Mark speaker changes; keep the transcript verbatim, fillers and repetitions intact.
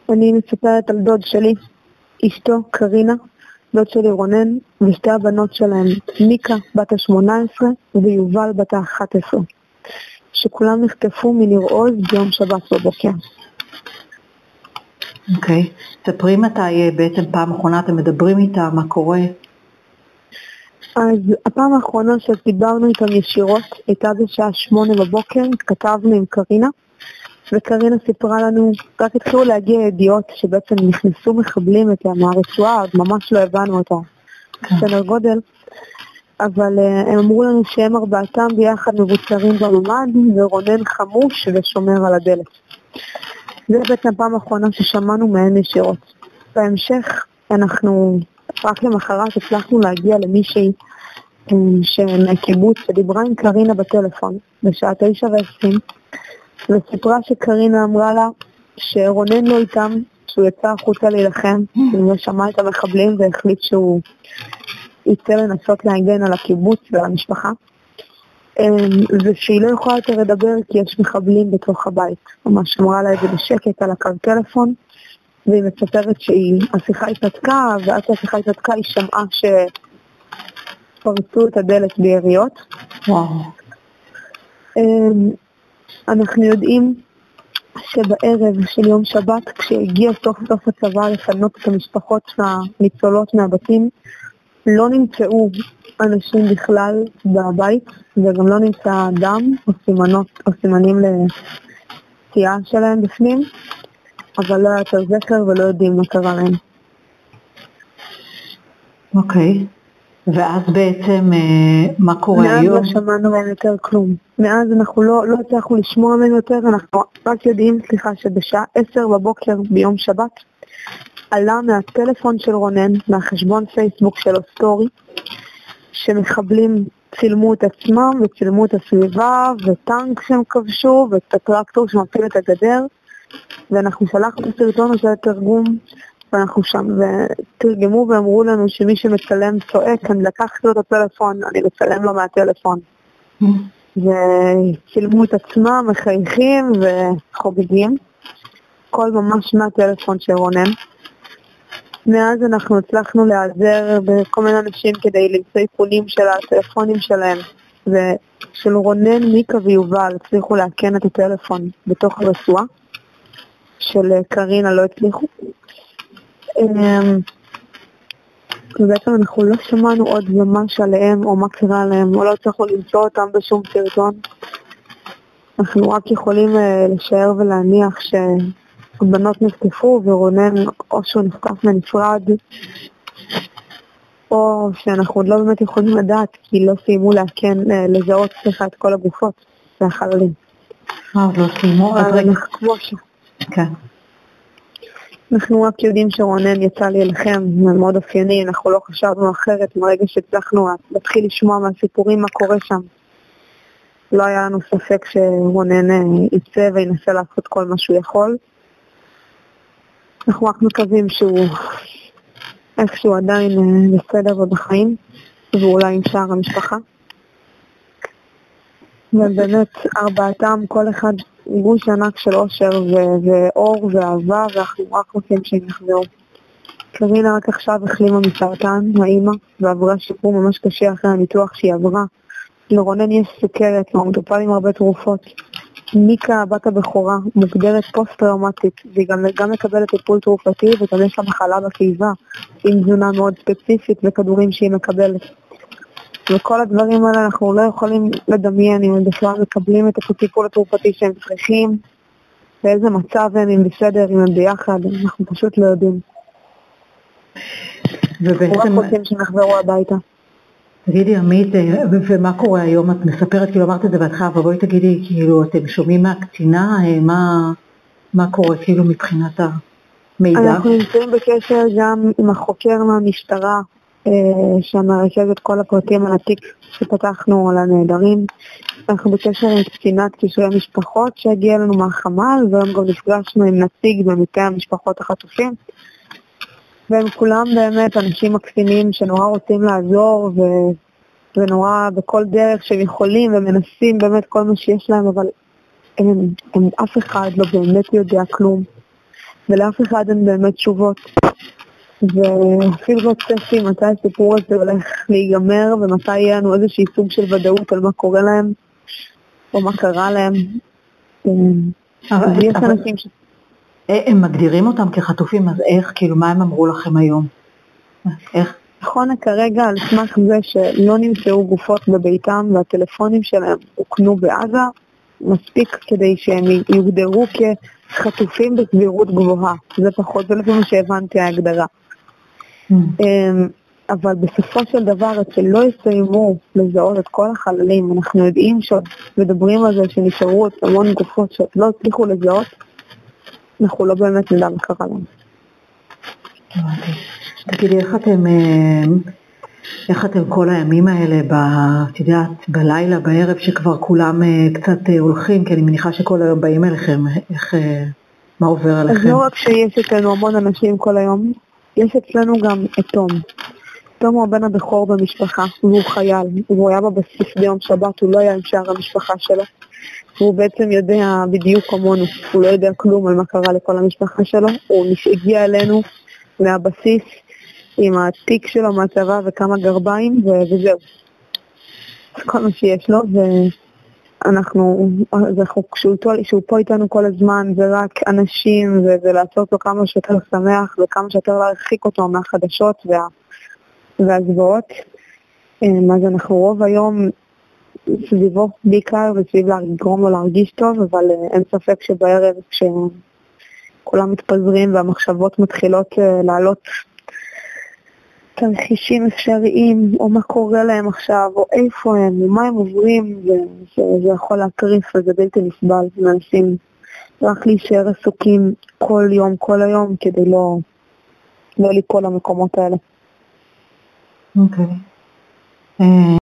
Speaker 1: אני מספרת על דוד שלי, אשתו קרינה, דוד שלי רונן, ושתי הבנות שלהם, מיקה בת ה-שמונה עשרה ויובל בת ה-אחת עשרה, שכולם נחטפו מניר עוז ביום שבת בבוקר.
Speaker 2: אוקיי, okay. ספרי מתי בעצם פעם אחרונה אתם מדברים איתה, מה קורה?
Speaker 1: אז הפעם האחרונה שדיברנו איתם ישירות הייתה בשעה שמונה בבוקר, כתבנו עם קרינה, וקרינה סיפרה לנו, רק התחילו להגיע ידיעות שבעצם נכנסו מחבלים את מהרצועה, עוד ממש לא הבנו את הסדר גודל, אבל uh, הם אמרו לנו שהם ארבעתם ביחד מבוצרים בממד, ורונן חמוש ושומר על הדלת. זה בעצם הפעם האחרונה ששמענו מהן ישירות. בהמשך אנחנו רק למחרת הצלחנו להגיע למישהי מהקיבוץ שדיברה עם קרינה בטלפון בשעה תשע ועשרים, וסיפרה שקרינה אמרה לה שרונן לא איתם, שהוא יצא החוצה להילחם, הוא שמע את המחבלים והחליט שהוא יצא לנסות להגן על הקיבוץ ועל המשפחה, ושהיא לא יכולה יותר לדבר כי יש מחבלים בתוך הבית. ממש אמרה לה את זה בשקט על הקו טלפון, והיא מספרת שהשיחה התנתקה, ואז שהשיחה התנתקה היא שמעה שפרצו את הדלת ביריות.
Speaker 2: וואו.
Speaker 1: אנחנו יודעים שבערב של יום שבת, כשהגיע סוף סוף הצבא לפנות את המשפחות הניצולות מהבתים, לא נמצאו אנשים בכלל בבית, וגם לא נמצא דם או סימנות או סימנים לפציעה שלהם בפנים, אבל לא היה יותר זכר ולא יודעים מה קרה להם.
Speaker 2: אוקיי. ואז בעצם מה קורה
Speaker 1: מאז
Speaker 2: היום?
Speaker 1: מאז לא שמענו מהם יותר כלום. מאז אנחנו לא, לא הצלחנו לשמוע מהם יותר, אנחנו רק יודעים, סליחה, שבשעה עשר בבוקר ביום שבת, עלה מהטלפון של רונן, מהחשבון פייסבוק שלו סטורי, שמחבלים צילמו את עצמם וצילמו את הסביבה, וטנק שהם כבשו, ואת הטרקטור שמפיל את הגדר, ואנחנו שלחנו סרטון הזה לתרגום, ואנחנו שם, ותרגמו ואמרו לנו שמי שמצלם צועק, אני לקחתי לו את הטלפון, אני מצלם לו מהטלפון. וצילמו את עצמם, מחייכים וחוגגים, כל ממש מהטלפון של רונן. מאז אנחנו הצלחנו להיעזר בכל מיני אנשים כדי למצוא איכונים של הטלפונים שלהם, ושל רונן, מיקה ויובל הצליחו להקן את הטלפון בתוך הרצועה, של קרינה לא הצליחו. ובעצם אנחנו לא שמענו עוד ממש עליהם או מה קרה עליהם, או לא הצלחנו למצוא אותם בשום סרטון. אנחנו רק יכולים לשער ולהניח שהבנות נחטפו ורונן או שהוא נחטף מנפרד, או שאנחנו עוד לא באמת יכולים לדעת כי לא סיימו להקן, לזהות סליחה את כל הגופות והחללים.
Speaker 2: אה, לא סיימו? אז רגע.
Speaker 1: כמו ש...
Speaker 2: כן.
Speaker 1: אנחנו רק יודעים שרונן יצא להילחם, מאוד אופייני, אנחנו לא חשבנו אחרת מרגע שהצלחנו להתחיל לשמוע מהסיפורים מה קורה שם. לא היה לנו ספק שרונן יצא וינסה לעשות כל מה שהוא יכול. אנחנו רק מקווים שהוא איכשהו עדיין בסדר ובחיים, ואולי עם שאר המשפחה. ובאמת ארבעתם, כל אחד גוש ענק של אושר ו- ואור ואהבה, ואנחנו רק רוצים שהם יחזרו. קרינה רק עכשיו החלימה מסרטן, האמא, ועברה שיפור ממש קשה אחרי הניתוח שהיא עברה. לרונן יש סוכרת, הוא מטופל עם הרבה תרופות. מיקה, בת הבכורה, מוגדרת פוסט-טראומטית, והיא גם, גם מקבלת טיפול תרופתי, וגם יש לה מחלה בקיבה, עם תזונה מאוד ספציפית וכדורים שהיא מקבלת. וכל הדברים האלה אנחנו לא יכולים לדמיין אם הם בכלל מקבלים את הטיפול התרופתי שהם צריכים, באיזה מצב הם, אם בסדר, אם הם ביחד, אנחנו פשוט לא יודעים. ובעצם... אנחנו רוצים שנחזרו הביתה.
Speaker 2: תגידי עמית, ומה קורה היום? את מספרת, כאילו אמרת את זה בהתחלה, אבל בואי תגידי, כאילו אתם שומעים מהקצינה, מה, מה קורה כאילו מבחינת המידע?
Speaker 1: אנחנו נמצאים בקשר גם עם החוקר מהמשטרה, שמרכז את כל הפרטים על התיק שפתחנו על הנהדרים. אנחנו בקשר עם קצינת קשרי המשפחות שהגיעה לנו מהחמ"ל, והם גם נפגשנו עם נציג במטה המשפחות החטופים, והם כולם באמת אנשים מקסימים שנורא רוצים לעזור ו... ונורא בכל דרך שהם יכולים ומנסים באמת כל מה שיש להם, אבל הם, הם, אף אחד לא באמת יודע כלום. ולאף אחד אין באמת תשובות. ואפילו לא צפי מתי הסיפור הזה הולך להיגמר, ומתי יהיה לנו איזושהי סוג של ודאות על מה קורה להם, או מה קרה להם.
Speaker 2: אבל, אבל, ש... הם מגדירים אותם כחטופים, אז איך, כאילו, מה הם אמרו לכם היום? איך?
Speaker 1: נכון, כרגע על סמך זה שלא נמצאו גופות בביתם, והטלפונים שלהם הוקנו בעזה, מספיק כדי שהם יוגדרו כחטופים בסבירות גבוהה. זה פחות, זה לפי מה שהבנתי ההגדרה. Mm. אבל בסופו של דבר, עד שלא יסיימו לזהות את כל החללים, אנחנו יודעים שמדברים על זה שנשארו עוד המון גופות שלא הצליחו לזהות, אנחנו לא באמת נדע מה קרה להם.
Speaker 2: תגידי, איך אתם, איך אתם כל הימים האלה, את יודעת, בלילה, בערב, שכבר כולם קצת הולכים, כי אני מניחה שכל היום באים אליכם, איך, מה עובר עליכם?
Speaker 1: אז לא רק שיש אצלנו המון אנשים כל היום, יש אצלנו גם את תום. תום הוא הבן הבכור במשפחה, והוא חייל, והוא היה בבסיס ביום שבת, הוא לא היה עם שאר המשפחה שלו. והוא בעצם יודע בדיוק כמונו, הוא לא יודע כלום על מה קרה לכל המשפחה שלו, הוא הגיע אלינו מהבסיס עם התיק שלו מהצבא וכמה גרביים ו- וזהו. כל מה שיש לו, ואנחנו, כשהוא, כשהוא פה איתנו כל הזמן, זה רק אנשים, ו- ולעשות לו כמה שיותר שמח וכמה שיותר להרחיק אותו מהחדשות וה- והזוועות. אז אנחנו רוב היום סביבו בעיקר, וסביב לגרום לו להרגיש טוב, אבל אין ספק שבערב כשכולם מתפזרים והמחשבות מתחילות לעלות תרחישים אפשריים, או מה קורה להם עכשיו, או איפה הם, ומה הם עוברים, וזה יכול להקריף, וזה בלתי נסבל. מנסים רק להישאר עסוקים כל יום, כל היום, כדי לא, לא ליפול למקומות האלה.
Speaker 2: אוקיי. Okay.